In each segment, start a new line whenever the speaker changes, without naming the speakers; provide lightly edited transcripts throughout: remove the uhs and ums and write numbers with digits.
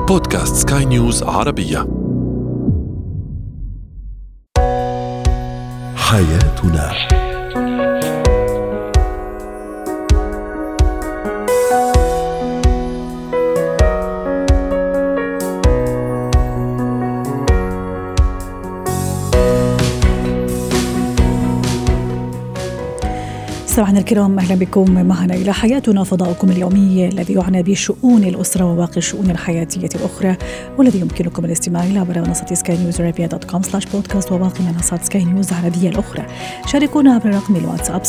بودكاست سكاي نيوز عربية. حياتنا.
مستمعينا الكرام، أهلا بكم معنا إلى حياتنا، فضاؤكم اليومي الذي يعنى بشؤون الأسرة وباقي الشؤون الحياتية الأخرى، والذي يمكنكم الاستماع إلى عبر منصة skynewsarabia.com/podcast وباقي منصات سكاي نيوز العربية الأخرى. شاركونا عبر رقم الواتساب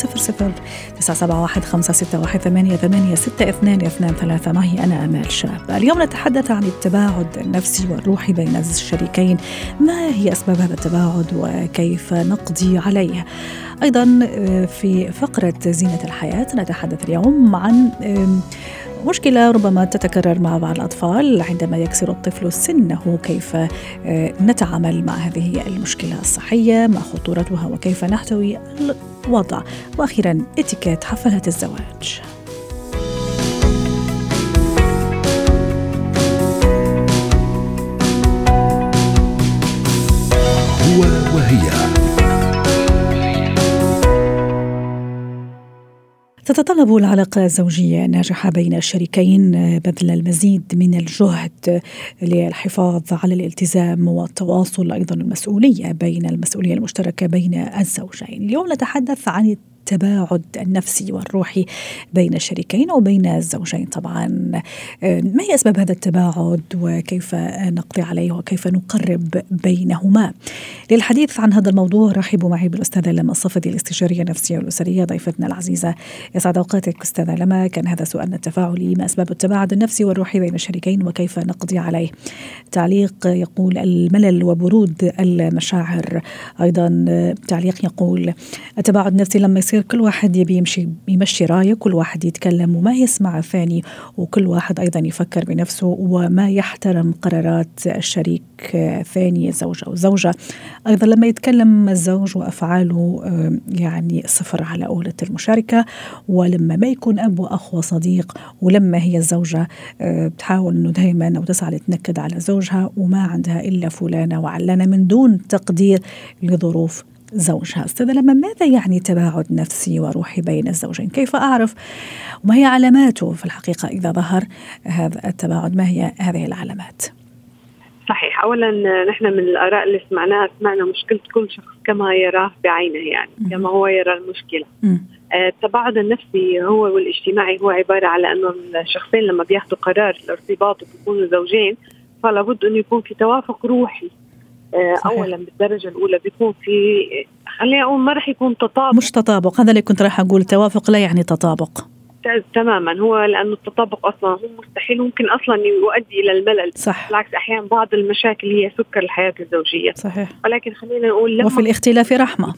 00-971-561-8862. معي أنا أمال شاب. اليوم نتحدث عن التباعد النفسي والروحي بين الشريكين. ما هي أسباب هذا التباعد وكيف نقضي عليه؟ أيضا في فقرة زينة الحياة نتحدث اليوم عن مشكلة ربما تتكرر مع بعض الأطفال عندما يكسر الطفل سنه. كيف نتعامل مع هذه المشكلة الصحية، ما خطورتها وكيف نحتوي الوضع، وأخيرا اتيكيت حفلات الزواج.
هو وهي.
تتطلب العلاقة الزوجية الناجحة بين الشريكين بذل المزيد من الجهد للحفاظ على الالتزام والتواصل، أيضا المسؤولية المشتركة بين الزوجين. اليوم نتحدث عن التباعد النفسي والروحي بين الشريكين وبين الزوجين. طبعا ما هي أسباب هذا التباعد وكيف نقضي عليه وكيف نقرب بينهما؟ للحديث عن هذا الموضوع رحبوا معي بالأستاذة لما الصفدي، الاستشارية النفسية والأسرية، ضيفتنا العزيزة. يسعد أوقاتك أستاذة لما. كان هذا سؤالنا التفاعلي: ما أسباب التباعد النفسي والروحي بين الشريكين وكيف نقضي عليه؟ تعليق يقول الملل وبرود المشاعر. أيضا تعليق يقول التباعد النفسي لما يصير كل واحد يبي يمشي رايه، كل واحد يتكلم وما يسمع الثاني، وكل واحد أيضا يفكر بنفسه وما يحترم قرارات الشريك الثاني، زوج أو زوجة. أيضا لما يتكلم الزوج وأفعاله يعني صفر على قولة المشاركة، ولما ما يكون أب وأخ وصديق، ولما هي الزوجة بتحاول أنه دائما أو تسعى تنكد على زوجها وما عندها إلا فلانة وعلانة من دون تقدير لظروف زوجها. أستاذة لما، ماذا يعني تباعد نفسي وروحي بين الزوجين؟ كيف أعرف وما هي علاماته في الحقيقة إذا ظهر هذا التباعد؟ ما هي هذه العلامات؟
صحيح. أولا نحن من الآراء اللي سمعنا مشكلة كل شخص كما يراه بعينه، يعني كما هو يرى المشكلة. التباعد النفسي هو والاجتماعي هو عبارة على أنه الشخصين لما بياخدوا قرار الارتباط وبيكونوا زوجين فلا بد أن يكون في توافق روحي. أولا بالدرجة الأولى بيكون في، خلينا أقول ما رح يكون تطابق،
مش تطابق، هذا اللي كنت راح أقول. توافق لا يعني تطابق
تماما، هو لأنه التطابق أصلا هو مستحيل، ممكن أصلا يؤدي إلى الملل.
صح.
بالعكس أحيانا بعض المشاكل هي سكر الحياة الزوجية.
صحيح.
ولكن خلينا نقول لما
وفي الاختلاف رحمة.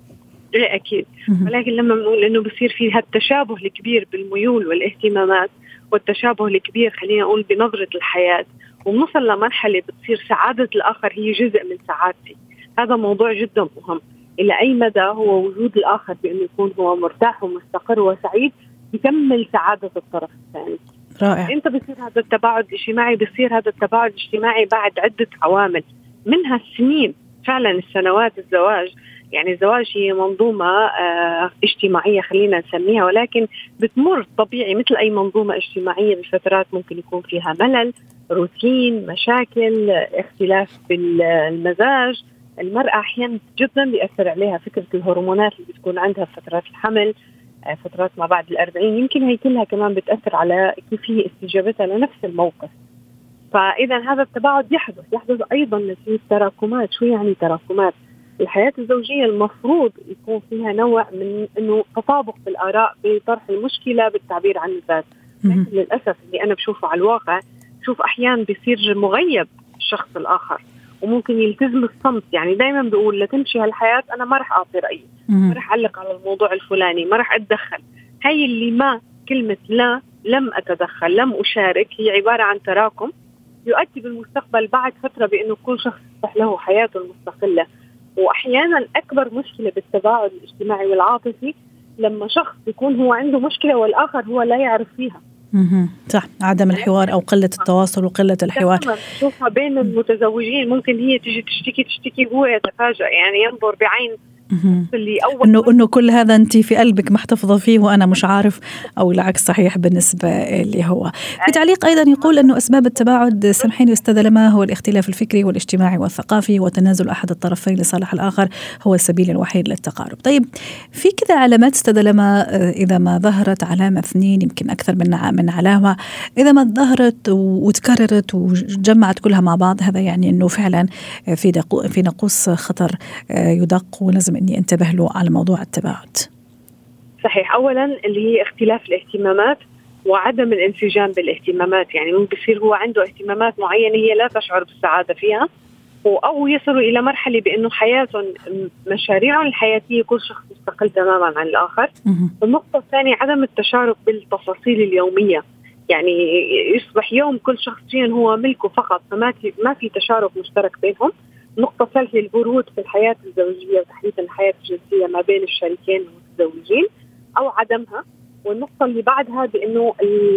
أكيد. ولكن لما بنقول إنه بصير في هالتشابه الكبير بالميول والاهتمامات والتشابه الكبير خلينا نقول بنظرة الحياة، ونوصل لمرحلة بتصير سعادة الآخر هي جزء من سعادتي. هذا موضوع جدا مهم. إلى أي مدى هو وجود الآخر بأنه يكون هو مرتاح ومستقر وسعيد يكمل سعادة الطرف الثاني.
رائع.
أنت بصير هذا التباعد الاجتماعي، بصير هذا التباعد الاجتماعي بعد عدة عوامل، منها السنين، فعلا السنوات. الزواج يعني الزواج هي منظومة اجتماعية خلينا نسميها، ولكن بتمر طبيعي مثل أي منظومة اجتماعية بفترات ممكن يكون فيها ملل، روتين، مشاكل، اختلاف بالمزاج. المرأة أحيانا جدا بيأثر عليها فكرة الهرمونات اللي بتكون عندها في فترات الحمل، فترات ما بعد 40، يمكن هي كلها كمان بتأثر على كيف هي استجابتها لنفس الموقف. فإذا هذا التباعد يحدث أيضا نتيجة تراكمات. شو يعني تراكمات؟ الحياة الزوجية المفروض يكون فيها نوع من إنه تطابق بالآراء، بطرح المشكلة، بالتعبير عن الذات. لكن للأسف اللي أنا بشوفه على الواقع، شوف أحيانا بيصير مغيب الشخص الآخر وممكن يلتزم الصمت. يعني دايما بقول لتمشي هالحياة أنا ما رح أعطي رأيي، ما رح أعلق على الموضوع الفلاني، ما رح أتدخل. هاي اللي ما كلمة لا، لم أتدخل، لم أشارك، هي عبارة عن تراكم يؤدي بالمستقبل بعد فترة بأنه كل شخص يصبح له حياته المستقلة. وأحيانا أكبر مشكلة بالتباعد الاجتماعي والعاطفي لما شخص يكون هو عنده مشكلة والآخر هو لا يعرف فيها.
صح، عدم الحوار أو قلة التواصل وقلة الحوار.
نشوفها بين المتزوجين، ممكن هي تيجي تشتكي وهو يتفاجأ، يعني ينظر بعين اللي
إنه كل هذا أنت في قلبك محتفظة فيه وأنا مش عارف، أو العكس صحيح بالنسبة اللي هو. في تعليق أيضا يقول أنه أسباب التباعد، سامحيني أستاذة لما، هو الاختلاف الفكري والاجتماعي والثقافي، وتنازل أحد الطرفين لصالح الآخر هو السبيل الوحيد للتقارب. طيب في كذا علامات أستاذة لما، إذا ما ظهرت علامة 2 يمكن أكثر من علامة، إذا ما ظهرت وتكررت وجمعت كلها مع بعض، هذا يعني أنه فعلا في نقوص خطر يدق ولازم إني انتبه له على موضوع التباعد.
صحيح. أولا اللي هي اختلاف الاهتمامات وعدم الانسجام بالاهتمامات، يعني ممكن بيصير هو عنده اهتمامات معينة هي لا تشعر بالسعادة فيها، أو يصلوا إلى مرحلة بأنه حياتهم مشاريعهم الحياتية كل شخص مستقل تماما عن الآخر. النقطة الثانية عدم التشارك بالتفاصيل اليومية، يعني يصبح يوم كل شخص فيهم هو ملكه فقط، فما في تشارك مشترك بينهم. النقطة الثالثة البرود في الحياة الزوجية وتحديدا الحياة الجنسية ما بين الشريكين المتزوجين أو عدمها. والنقطة اللي بعدها بأنه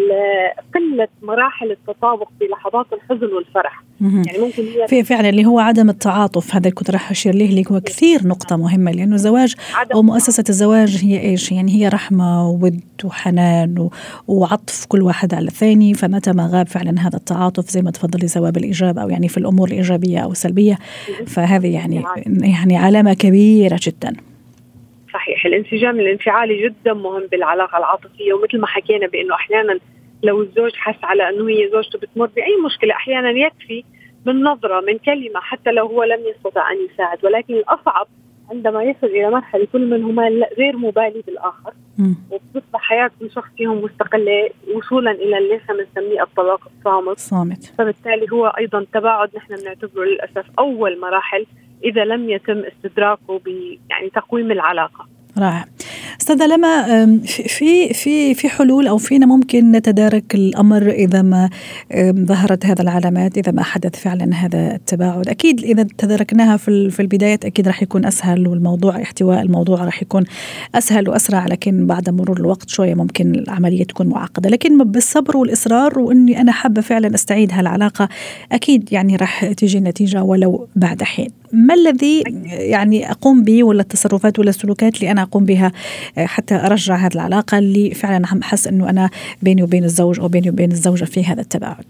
قلة مراحل التطابق في لحظات الحزن والفرح. يعني ممكن هي
في فعلا اللي هو عدم التعاطف، هذا كنت راح أشير له، اللي هو كثير نقطة مهمة، لأنه الزواج أو مؤسسة الزواج هي إيش؟ يعني هي رحمة وود وحنان وعطف كل واحد على الثاني، فمتى ما غاب فعلا هذا التعاطف زي ما تفضلي سواء بالإيجاب أو يعني في الأمور الإيجابية أو السلبية، فهذه يعني علامة كبيرة جدا.
صحيح. الانسجام الانفعالي جدا مهم بالعلاقة العاطفية، ومثل ما حكينا بأنه أحيانا لو الزوج حس على أنه هي زوجته بتمر بأي مشكلة، أحيانا يكفي من نظرة من كلمة حتى لو هو لم يستطع أن يساعد. ولكن الأصعب عندما يصل إلى مرحلة كل منهما غير مبالي بالآخر، وبتصبح حياة كل شخص فيهم مستقلة وصولا إلى اللي احنا بنسميه الطلاق الصامت. فبالتالي هو أيضا تباعد نحن بنعتبره للأسف أول مراحل إذا لم يتم استدراكه يعني تقويم العلاقة.
رائع. أستاذة لما، في حلول أو فينا ممكن نتدارك الأمر إذا ما ظهرت هذا العلامات، إذا ما حدث فعلا هذا التباعد؟ أكيد إذا تداركناها في البداية أكيد راح يكون أسهل، والموضوع احتواء الموضوع راح يكون أسهل وأسرع، لكن بعد مرور الوقت شوية ممكن العملية تكون معقدة. لكن بالصبر والإصرار وإني أنا حابة فعلا أستعيد هالعلاقة، أكيد يعني راح تيجي النتيجة ولو بعد حين. ما الذي يعني أقوم به، ولا التصرفات ولا السلوكات اللي أنا أقوم بها حتى أرجع هذه العلاقة اللي فعلا عم أحس أنه أنا بيني وبين الزوج أو بيني وبين الزوجة في هذا التباعد؟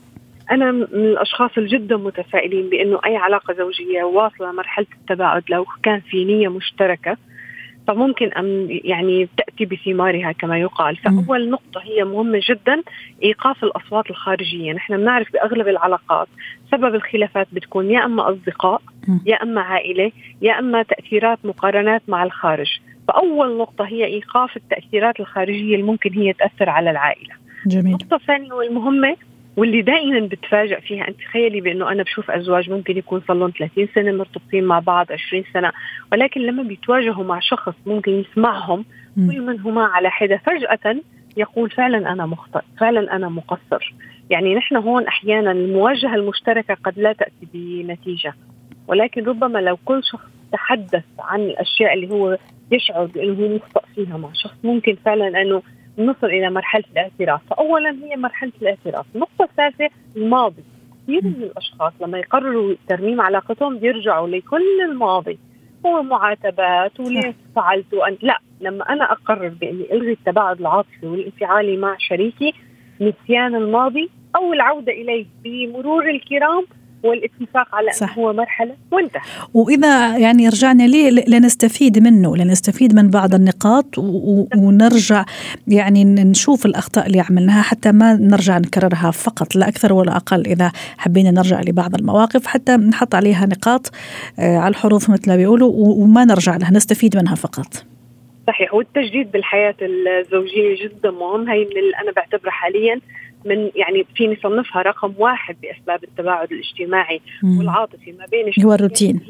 أنا من الأشخاص الجدا متفائلين بأنه أي علاقة زوجية واصلة مرحلة التباعد لو كان في نية مشتركة فممكن أن يعني تأتي بثمارها كما يقال. فأول نقطة هي مهمة جدا، إيقاف الأصوات الخارجية. نحن بنعرف بأغلب العلاقات سبب الخلافات بتكون يا أما أصدقاء يا أما عائلة يا أما تأثيرات مقارنات مع الخارج. فأول نقطة هي إيقاف التأثيرات الخارجية اللي ممكن هي تأثر على العائلة.
جميل.
النقطة الثانية والمهمة واللي دائما بتفاجأ فيها، أنت تخيلي بأنه أنا بشوف أزواج ممكن يكون صلون 30 سنة مرتبطين مع بعض 20 سنة، ولكن لما بيتواجهوا مع شخص ممكن يسمعهم كل منهما على حدة، فجأة يقول فعلا أنا مخطئ، فعلا أنا مقصر. يعني نحن هون أحيانا المواجهة المشتركة قد لا تأتي بنتيجة، ولكن ربما لو كل شخص تحدث عن الأشياء اللي هو يشعر بأنه هو مخطئ فيها مع شخص، ممكن فعلا أنه نصل إلى مرحلة الاعتراف. فأولا هي مرحلة الاعتراف. النقطة الثالثة الماضي. كثير من الأشخاص لما يقرروا ترميم علاقتهم بيرجعوا لكل الماضي، هو معاتبات وليه فعلت وأنت لا. لما أنا أقرر بأني ألغي التباعد العاطفي والانفعالي مع شريكي، نسيان الماضي أو العودة إليه بمرور الكرام والاتفاق على أنه هو مرحلة وانتهى.
وإذا يعني رجعنا ليه لنستفيد منه، لنستفيد من بعض النقاط ونرجع يعني نشوف الأخطاء اللي عملناها حتى ما نرجع نكررها فقط، لا أكثر ولا أقل. إذا حبينا نرجع لبعض المواقف حتى نحط عليها نقاط على الحروف مثل ما بيقولوا وما نرجع لها، نستفيد منها فقط.
صحيح. والتجديد بالحياة الزوجية جدا مهم. هي من اللي أنا بعتبرها حاليا من يعني فيني صنفها رقم 1 بأسباب التباعد الاجتماعي والعاطفي ما بين
هو الروتين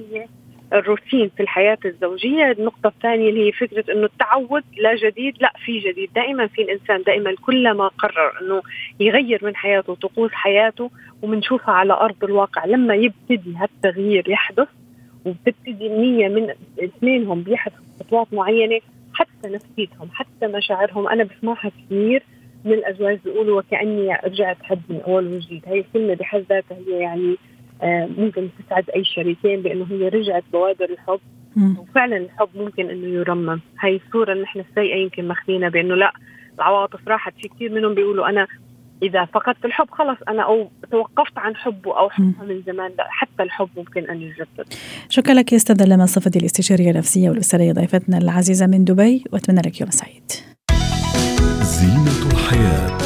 في الحياة الزوجية. النقطة الثانية اللي هي فكرة أنه التعود لا جديد، لا في جديد دائما. في الإنسان دائما كلما قرر أنه يغير من حياته وطقوس حياته ومنشوفها على أرض الواقع، لما يبتدي هالتغيير يحدث وبتبتدي النية من اثنينهم بيحدث خطوات معينة، حتى نفسيتهم حتى مشاعرهم أنا بسمعها كثير من الأزواج بيقولوا وكأني رجعت حد من أول وجديد. هاي الكلمة بحد ذاتها هي يعني ممكن تسعد أي شريكين بأنه هي رجعت بوادر الحب، وفعلا الحب ممكن أنه يرمم. هاي الصورة اللي نحن السيئة يمكن مخدينا بأنه لا العواطف راحت. في كثير منهم بيقولوا أنا إذا فقدت الحب خلص أنا أو توقفت عن حبه أو حبها من زمان. لا، حتى الحب ممكن أن يجدد.
شكرا لك يا أستاذة لما صفدي، الاستشارية النفسية والأسرية، ضيفتنا العزيزة من دبي، وأتمنى لك يوم سعيد.
زينة الحياة.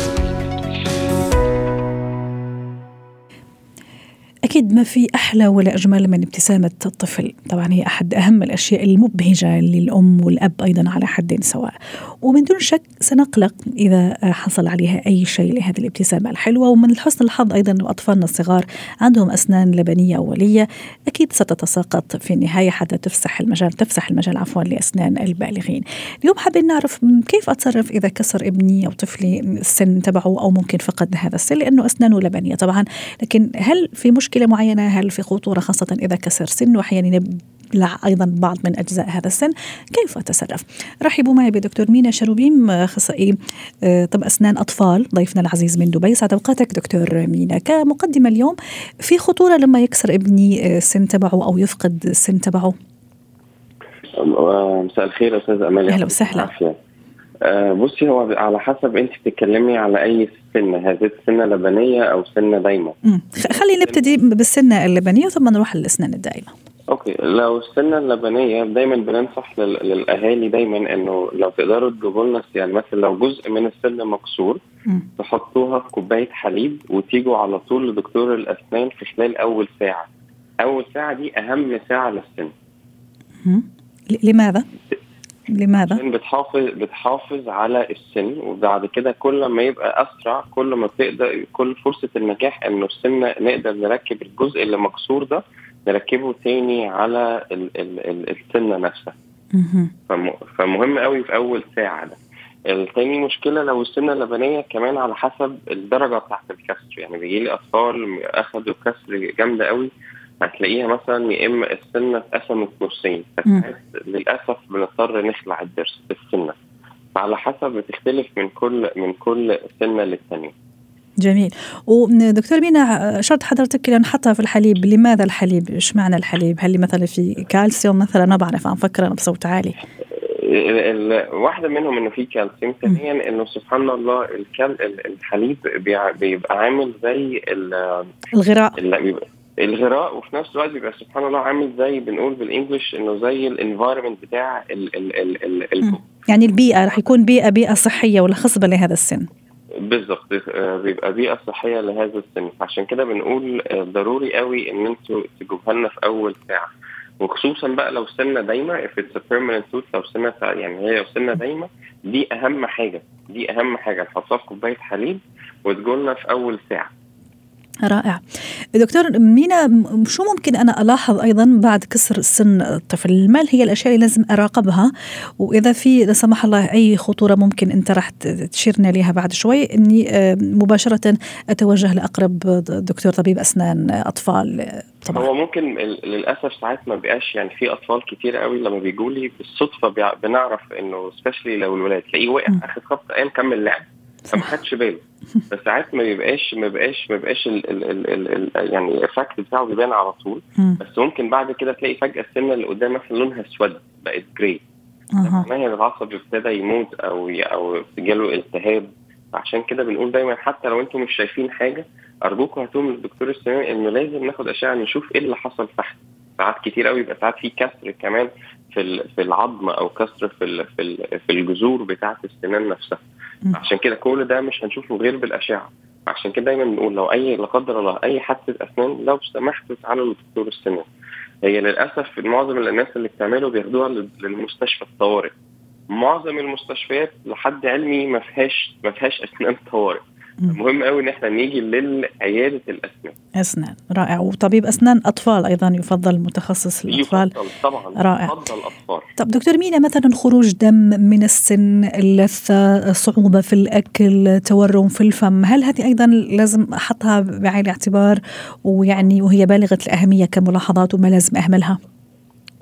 أكيد ما في أحلى ولا أجمل من ابتسامة الطفل. طبعا هي أحد أهم الأشياء المبهجة للأم والأب أيضا على حد سواء، ومن دون شك سنقلق إذا حصل عليها أي شيء لهذه الابتسامة الحلوة. ومن حسن الحظ أيضا أن أطفالنا الصغار عندهم أسنان لبنية أولية أكيد ستتساقط في النهاية حتى تفسح المجال لأسنان البالغين. اليوم حابين نعرف كيف أتصرف إذا كسر ابني أو طفلي السن تبعه أو ممكن فقد هذا السن لأنه أسنانه لبنية طبعا، لكن هل في مشكلة معينة؟ هل في خطورة خاصة إذا كسر سن وأحيانا يبلع أيضا بعض من أجزاء هذا السن؟ كيف أتصرف؟ رحبوا معي بدكتور مينا شروبيم، أخصائي طب أسنان أطفال، ضيفنا العزيز من دبي. سعد أوقاتك دكتور مينا. كمقدمة اليوم، في خطورة لما يكسر ابني السن تبعه أو يفقد السن تبعه؟
مساء الخير أستاذ أمال.
أهلا وسهلا.
بصي، هو على حسب أنت بتتكلمي على أي سنة، هذه السنة لبنية أو سنة دايمة؟
خلينا نبتدي بالسنة اللبنية ثم نروح للأسنان الدائمة.
أوكي، لو السنة اللبنية دايما بننصح للأهالي دايما إنه لو تقدروا تجيبوا لنا يعني مثلا لو جزء من السن مكسور تحطوها في كوباية حليب وتيجوا على طول لدكتور الأسنان في خلال أول ساعة. أول ساعة دي أهم ساعة للسن.
لماذا؟
عشان بتحافظ على السن، وبعد كده كل ما يبقى أسرع كل ما بتقدر كل فرصة النجاح إنه السن نقدر نركب الجزء اللي مكسور ده نركبه تاني على السنة نفسها. فمهم قوي في أول ساعة ده. التاني مشكلة لو السنة اللبنية كمان على حسب الدرجة بتاعت الكسر، يعني بيجيلي أطفال أخذوا كسر جامدة قوي هتلاقيها مثلا يا إما السنة اتقسمت نصين، للأسف بنضطر نخلع الضرس السنة، فعلى حسب بتختلف من كل سنة للثانية.
جميل. ودكتور مينا، شرط حضرتك نحطها في الحليب، لماذا الحليب؟ إيش معنى الحليب؟ هل مثلا في كالسيوم مثلا؟ ما بعرف، عم فكر أنا بصوت عالي.
واحدة منهم إنه في كالسيوم، ثانيا إنه سبحان الله الحليب بيبقى عامل زي الغراء، وفي نفس الوقت بيبقى سبحان الله عامل زي بنقول بالإنجليش إنه زي الانفايرمنت بتاع
يعني البيئة رح يكون بيئة صحية ولا خصبة لهذا السن.
بالضبط، بيبقى بيئة صحية لهذا السن. عشان كده بنقول ضروري قوي ان انتوا تجيبوها لنا في اول ساعة، وخصوصا بقى لو سنة دايمة if it's a permanent tooth، لو سنة يعني هي لو سنة دايمة دي اهم حاجة نحطها في كوباية حليب وتقولنا في اول ساعة.
رائع. دكتور مينا، شو ممكن أنا ألاحظ أيضا بعد كسر سن الطفل؟ ما هي الأشياء اللي لازم أراقبها؟ وإذا في لا سمح الله أي خطورة ممكن أنت راح تشيرنا لها بعد شوي، إني مباشرة أتوجه لأقرب دكتور طبيب أسنان أطفال. طبعا
هو ممكن للأسف ساعات ما بقاش، يعني في أطفال كتير قوي لما بيجولي بالصدفة بنعرف إنه especially لو الولاد تلاقيه وقع أخذ خبط قام كمل لعب فما خدش باله، بس ساعات ما بيبقاش يعني الإفكت بتاعه بيبان على طول، بس ممكن بعد كده تلاقي فجأة السنة اللي قدام مثلا لونها اسود بقت جراي، معناها العصب ابتدى يموت أو جاله التهاب. عشان كده بنقول دايما حتى لو انتم مش شايفين حاجة أرجوكم هاتوهم للدكتور السنان، إنه لازم ناخد أشعة نشوف إيه اللي حصل تحت. ساعات كتير قوي يبقى ساعات في كسر كمان في العظم أو كسر في الجذور بتاعة السنان نفسها. عشان كده كل ده مش هنشوفه غير بالأشعة. عشان كده دايما بنقول لو لا قدر الله أي حادثة أسنان لو سمحتوا تعالوا لدكتور السنان. هي للأسف معظم الناس اللي بتعمله بياخدوها للمستشفى الطوارئ. معظم المستشفيات لحد علمي ما فيهاش أسنان طوارئ. مهم قوي ان احنا نيجي للعياده
الاسنان. رائع. وطبيب اسنان اطفال ايضا يفضل، متخصص الاطفال
طبعا.
رائع.
يفضل الاطفال.
طب دكتور مينا، مثلا خروج دم من السن، اللثه، صعوبه في الاكل، تورم في الفم، هل هذه ايضا لازم احطها بعين الاعتبار ويعني وهي بالغه الاهميه كملاحظات وما لازم اهملها؟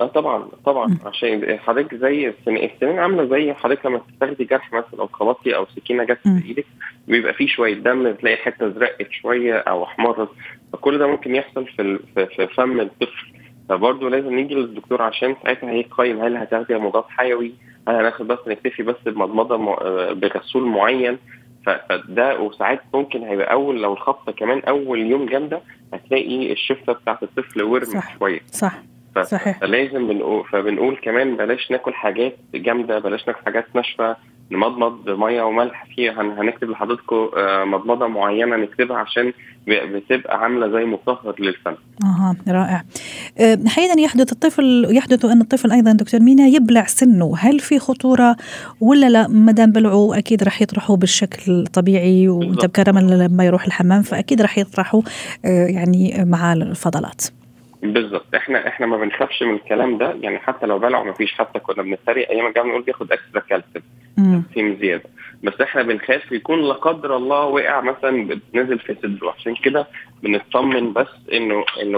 طبعا عشان حضرتك زي السنين عامله زي حضرتك لما تستخدمي جرح مثلا او خبطتي او سكينه جت في ايدك بيبقى فيه شويه دم، تلاقي حته زرقت شويه او احمرت، فكل ده ممكن يحصل في فم الطفل. فبرضه لازم نيجي للدكتور عشان ساعتها هيقيم هل هتاخدي مضاد حيوي، هل هناخد بس نكتفي بس بمضمضه بغسول معين. فده وساعات ممكن هيبقى لو الخبطه كمان اول يوم جامده هتلاقي الشفه بتاعت الطفل ورمت شويه.
صح. صحيح.
فلازم بنقول كمان بلاش ناكل حاجات جامده، بلاش ناكل حاجات ناشفه، نمضمض ميه وملح فيها. هنكتب لحضراتكم مضمضه معينه نكتبها عشان بتبقى عامله زي مطهر للفم.
رائع. احيانا يحدث ان الطفل ايضا دكتور مينا يبلع سنه، هل في خطوره ولا لا؟ ما دام بلعوا اكيد راح يطرحوا بالشكل طبيعي، وانت بكرم لما يروح الحمام فاكيد راح يطرحوا يعني مع الفضلات.
بالظبط. احنا ما بنخافش من الكلام ده، يعني حتى لو بلعوا ما فيش، حتى كنا بنتريق ايام الجامعه نقول بياخد اكسترا كالسيوم زياده، بس احنا بنخاف يكون لا قدر الله وقع مثلا نزل في صدره. عشان كده بنطمن بس انه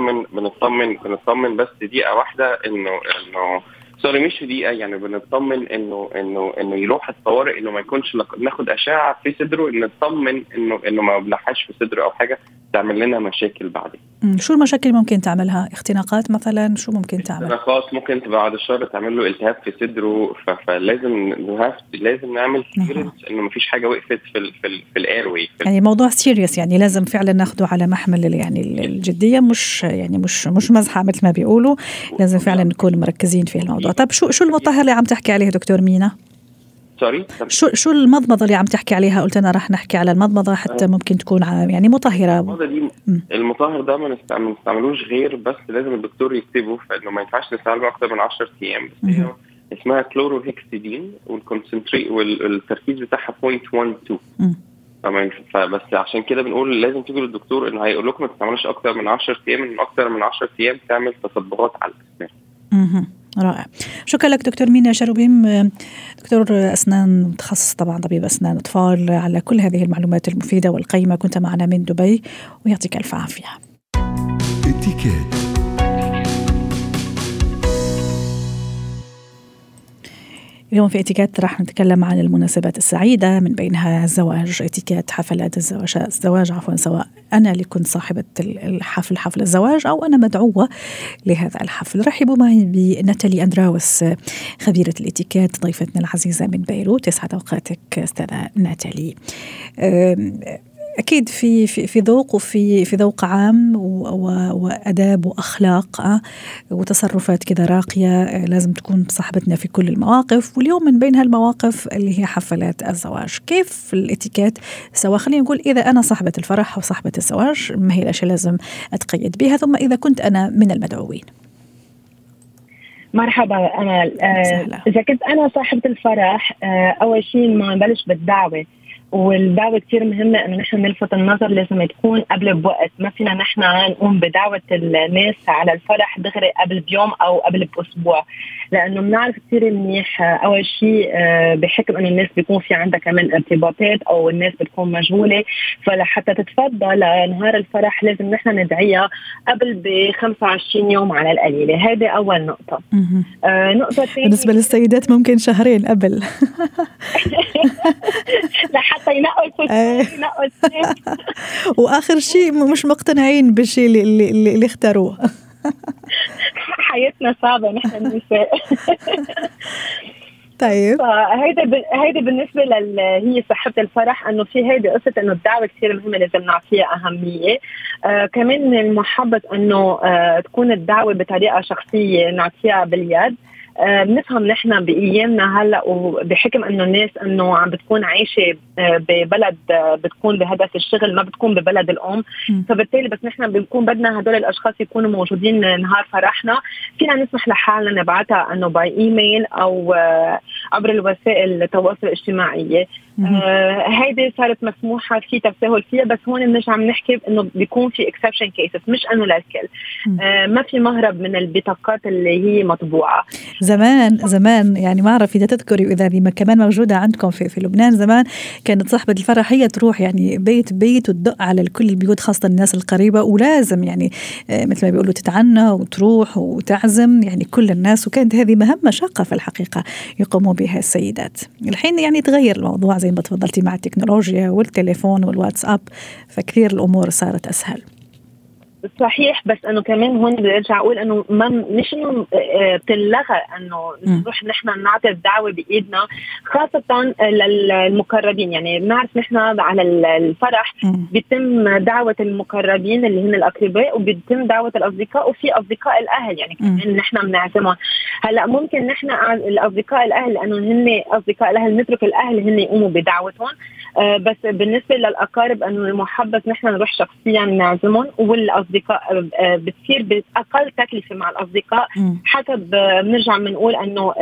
بنطمن بس دقيقه واحده انه مش دقيقه، يعني بنطمن انه يروح الطوارئ، انه ما يكونش ناخد اشعه في صدره، نطمن انه ما بلحش في صدره او حاجه تعمل لنا مشاكل بعدين.
شو المشاكل ممكن تعملها؟ اختناقات مثلا؟ شو ممكن تعمل؟
اختناقات ممكن تبقى بعد الشر تعمل له التهاب في صدره، فلازم نعمل كليرنس انه مفيش حاجه وقفت في الايروي.
يعني موضوع سيريس، يعني لازم فعلا ناخده على محمل يعني الجديه، مش مزحه مثل ما بيقولوا، لازم فعلا نكون مركزين في الموضوع. طب شو المطهر اللي عم تحكي عليه دكتور مينا؟ شو المضمضة اللي عم تحكي عليها؟ قلت أنا رح نحكي على المضمضة حتى ممكن تكون يعني مطهرة.
المطهر ده ما نستعملوش غير بس لازم الدكتور يكتبه، فإنه ما ينفعش نستعمله أكتر من 10 أيام. اسمها كلوروهكسيدين، والكونسنتريت والتركيز بتاعها 0.12. فبس عشان كده بنقول لازم تيجوا للدكتور انه هيقول لكم ما تستعملوش اكتر من 10 ايام، من اكتر من 10 ايام تعمل تصبغات على الاسنان.
رائع. شكرا لك دكتور مينا شروبيم، دكتور أسنان متخصص طبعا طبيب أسنان أطفال، على كل هذه المعلومات المفيدة والقيمة. كنت معنا من دبي ويعطيك ألف عافية. اليوم في اتيكيت راح نتكلم عن المناسبات السعيدة، من بينها الزواج، اتيكيت حفلات الزواج سواء أنا اللي كنت صاحبة حفل الزواج أو أنا مدعوة لهذا الحفل. رحبوا معي بناتالي أندراوس، خبيرة الاتيكيت، ضيفتنا العزيزة من بيروت. يسعد أوقاتك أستاذة ناتالي. أكيد في ذوق وفي ذوق عام وأداب وأخلاق وتصرفات كذا راقية لازم تكون صاحبتنا في كل المواقف، واليوم من بين هالمواقف اللي هي حفلات الزواج. كيف الاتيكيت سواء خلينا نقول إذا أنا صاحبة الفرح أو صاحبة الزواج، ما هي الأشياء لازم أتقيد بها، ثم إذا كنت أنا من المدعوين؟
مرحبا. أنا إذا كنت أنا صاحبة الفرح، أول شيء ما نبلش بالدعوة، والدعوة كتير مهمة إنه نحن نلفت النظر، لازم تكون قبل بوقت. ما فينا نحن نقوم بدعوة الناس على الفرح دغري قبل بيوم أو قبل بأسبوع، لأنه بنعرف كتير منيح أول شيء بحكم إنه الناس بيكون في عندها كمان ارتباطات أو الناس بتكون مشغولة، فلحتى تتفضل لنهار الفرح لازم نحن ندعيها قبل ب25 يوم على القليلة. هذه أول نقطة. نقطة ثانية
بالنسبة للسيدات ممكن شهرين قبل
لحتى ينقوا
واخر شيء مش مقتنعين بالشيء اللي اختاروه.
حياتنا صعبة نحن النساء.
طيب
هيدا بالنسبة هي صاحبة الفرح، انه في هيدي قصة انه الدعوة كثير مهمة لازم نعطيها أهمية. كمان المحبة انه تكون الدعوة بطريقة شخصية نعطيها باليد. بنفهم نحن بأيامنا هلأ وبحكم أنه الناس أنه عم بتكون عايشة ببلد بتكون بهدف الشغل، ما بتكون ببلد الأم، فبالتالي بس نحن بنكون بدنا هدول الأشخاص يكونوا موجودين نهار فرحنا، فينا نسمح لحالنا نبعتها أنه باي إيميل عبر الوسائل التواصل الاجتماعي. هيدي صارت مسموحة في تساهل فيها، بس هون بنرجع بنحكي انه بيكون في اكسبشن كيسز، مش انه للكل. ما في مهرب من البطاقات اللي هي مطبوعة.
زمان يعني ما اعرف اذا تذكري واذا دي كمان موجودة عندكم في لبنان، زمان كانت صاحبة الفرح هي تروح يعني بيت وتدق على كل البيوت خاصة الناس القريبة، ولازم يعني مثل ما بيقولوا تتعنى وتروح وتعزم يعني كل الناس، وكانت هذه مهمة شاقة في الحقيقة يقوموا بها السيدات. الحين يعني تغير الموضوع زي ما تفضلتي مع التكنولوجيا والتليفون والواتساب، فكثير الأمور صارت أسهل.
صحيح، بس انه كمان هون بدي ارجع اقول انه مش انه بتلغى انه نروح نحن نعطي الدعوه بايدنا، خاصه للمقربين. يعني بنعرف نحن على الفرح بيتم دعوه المقربين اللي هن الاقرباء، وبيتم دعوه الاصدقاء، وفي اصدقاء الاهل يعني كمان نحن بنعزمهم. هلا ممكن نحن الاصدقاء الاهل لانه هن اصدقاء الاهل نترك الاهل هن يقوموا بدعوتهم، بس بالنسبه للاقارب انه المحبذ نحن نروح شخصيا نعزمهم، والاصدقاء بتصير بأقل تكلفة مع الأصدقاء حسب بنرجع بنقول أنه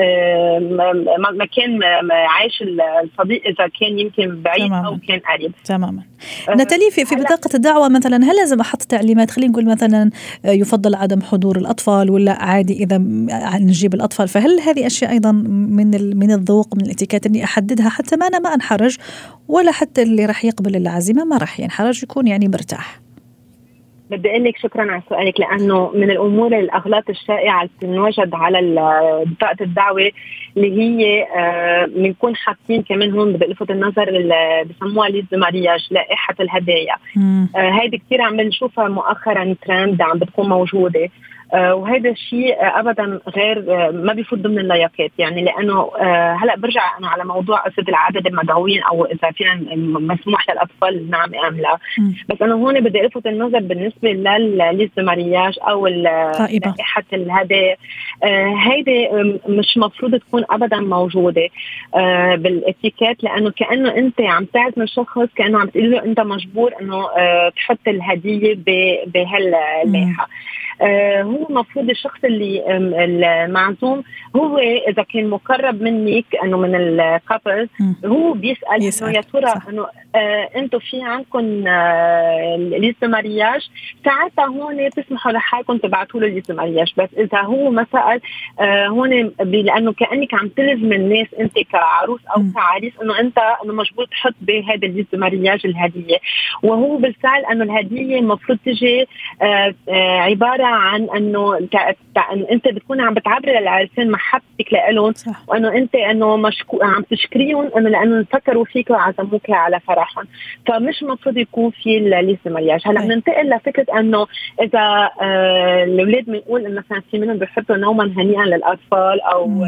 مكان عايش الصديق إذا كان يمكن بعيد تماماً. أو كان قريب.
تماما. نتالي في بطاقة الدعوة مثلا هل لازم أحط تعليمات؟ خلينا نقول مثلا يفضل عدم حضور الأطفال، ولا عادي إذا نجيب الأطفال؟ فهل هذه أشياء أيضا من الذوق من الاتيكيت إني أحددها حتى ما أنا ما أنحرج، ولا حتى اللي راح يقبل العزيمة ما راح ينحرج، يكون يعني مرتاح؟
بدي أقول لك شكرا على سؤالك، لأنه من الأمور الأغلاط الشائعة اللي بتنوجد على بطاقة الدعوة اللي هي بنكون حاطين كمان هون بدي ألفت النظر اللي بسموها ليست مارياج، لائحة الهدايا. هيدي كتير عم بنشوفها مؤخرا ترند عم بتكون موجودة، وهذا الشيء ابدا غير ما بيفوت ضمن اللياقات. يعني لانه هلا برجع انا على موضوع قصه العدد المدعوين او اذا فينا مسموح للاطفال نعم ام لا، بس انا هون بدي الفت النظر بالنسبه للليست مارياج او لائحه الهدايا، هيدي مش مفروض تكون ابدا موجوده بالاتيكيت، لانه كانه انت عم تعزم الشخص كانه عم تقول له انت مجبور انه تحط الهديه بهاللائحه. هو مفروض الشخص اللي المعزوم هو إذا كان مقرب منك أنه من الكابل هو بيسأل إنه يا ترى إنه أنتوا في عندكم ليست مارياج، ساعتها هون تسمحوا لحالكم تبعتوا له ليست مارياج. بس إذا هو ما سأل هون لأنه كأنك عم تلزم الناس أنت كعروس أو كعريس إنه أنت إنه مجبور تحط بهذا الليست مارياج الهدية، وهو بالفعل إنه الهدية المفروض تجي عبارة عن انه انت بتكون عم بتعبر للعرسان محبتك لهم، وانه انت انه عم تشكريهم انه لانه فكروا فيك وعزموك على فرحهم، فمش مفروض يكون في الليست مارياج. هلا بننتقل لفكره انه اذا الاولاد بنقول انه مثلا في منهم بيحطوا نوما هنيئا للاطفال او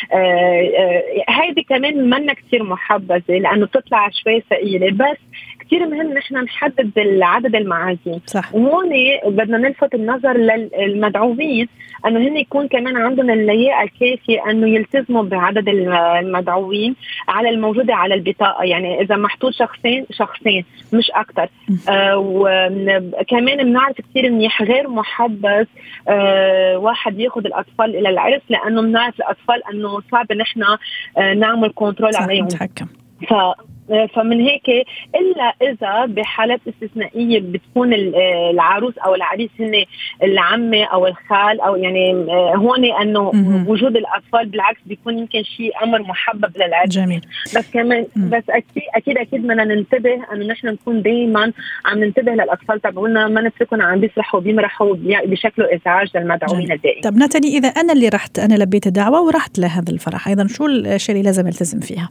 هيدي كمان منا كثير محبذه لانه بتطلع شوي ثقيله، بس كثير مهم نحن نحدد العدد المعازيم. وهون بدنا نلفت النظر للمدعوين انه هن يكون كمان عندهم اللياقه الكافيه انه يلتزموا بعدد المدعوين على الموجوده على البطاقه. يعني اذا محطوط شخصين مش اكثر. وكمان بنعرف كثير منيح غير محبذ واحد ياخذ الاطفال الى العرس، لانه بنعرف الاطفال انه صعب نحن نعمل كنترول عليهم. فمن هيك إلا إذا بحالات استثنائية بتكون العروس أو العريس هن العمة أو الخال أو يعني هون أنه وجود الأطفال بالعكس بيكون يمكن شيء أمر محبب للعرس.
جميل.
بس كمان بس أكيد بدنا ننتبه أنه نحن نكون دايما عم ننتبه للأطفال تبعولنا، ما نتركهم عم بيسرحوا بيمرحوا بشكل إزعاج للمدعوين الدائم.
طب ناتالي، إذا أنا اللي رحت أنا لبيت الدعوة ورحت لهذا الفرح أيضا، شو الشيء اللي لازم التزم فيها؟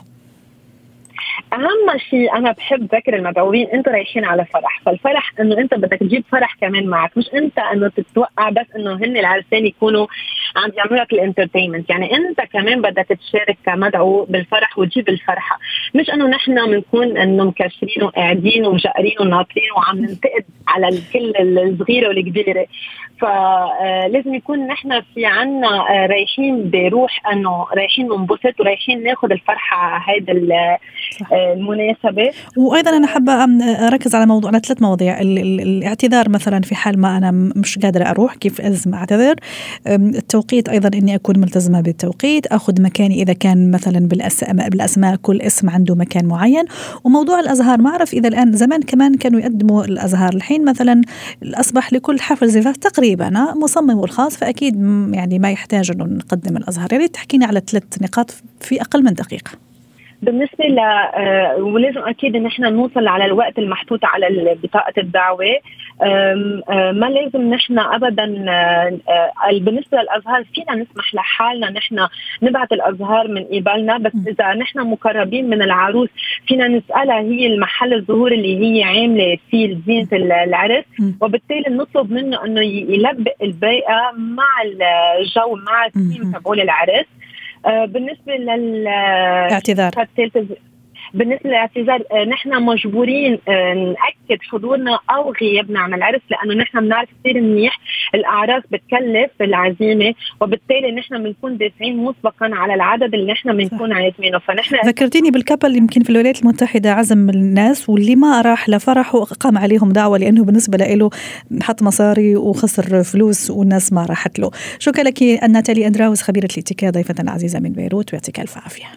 أهم شيء أنا بحب ذكر المدعوين أنتوا رايحين على فرح، فالفرح إنه أنت بدك تجيب فرح كمان معك، مش أنت إنه تتوقع بس إنه هن العرسان يكونوا عم يعملوا لك الانترتينمنت. يعني أنت كمان بدك تشارك كمدعو بالفرح وتجيب الفرحة، مش إنه نحن بنكون إنه مكشرين وقاعدين ومجقرين وناطرين وعم ننتقد على الكل الصغيرة والكبيرة. فلازم يكون نحن في عنا رايحين بروح إنه رايحين ننبسط ورايحين ناخد الفرحة هيدا المناسبة.
وأيضا أنا حابة أركز على على 3 مواضيع: الاعتذار مثلا في حال ما أنا مش قادرة أروح، كيف لازم أعتذر، التوقيت أيضا إني أكون ملتزمة بالتوقيت، أخذ مكاني إذا كان مثلا بالأسماء كل اسم عنده مكان معين. وموضوع الأزهار ما أعرف إذا الآن، زمان كمان كانوا يقدموا الأزهار، الحين مثلا أصبح لكل حفل زفاف تقريبا مصمم الخاص، فأكيد يعني ما يحتاج أنه نقدم الأزهار. يا ريت تحكينا على 3 نقاط في أقل من دقيقة.
بالنسبة ولازم أكيد إن إحنا نوصل على الوقت المحطوط على بطاقة الدعوة. ما لازم نحن أبدا بالنسبة للأزهار فينا نسمح لحالنا نحن نبعث الأزهار من قبلنا، بس إذا نحن مقربين من العروس فينا نسألها هي المحل الظهور اللي هي عاملة فيه زينة العرس، وبالتالي نطلب منه إنه يلبق البيئة مع الجو مع الثيم تبعول العرس. بالنسبة للاعتذار، بالنسبة للاعتذار نحن مجبورين نأكد حضورنا أو غيابنا عن العرس، لأنه نحن بنعرف كثير منيح الأعراس بتكلف العزيمة، وبالتالي نحن بنكون دافعين مسبقا على العدد اللي نحن بنكون عازمينه. فنحن
ذكرتيني بالكابل يمكن في الولايات المتحدة عزم الناس واللي ما راح لفرحه قام عليهم دعوة، لأنه بالنسبة له حط مصاري وخسر فلوس والناس ما راحت له. شكرا لك ناتالي أندراوس، خبيرة الاتيكيت، ضيفة عزيزة من بيروت، ويعطيك ألف عافية.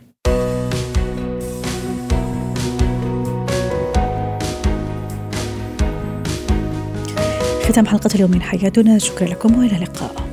ختام حلقة اليوم من حياتنا، شكرا لكم وإلى اللقاء.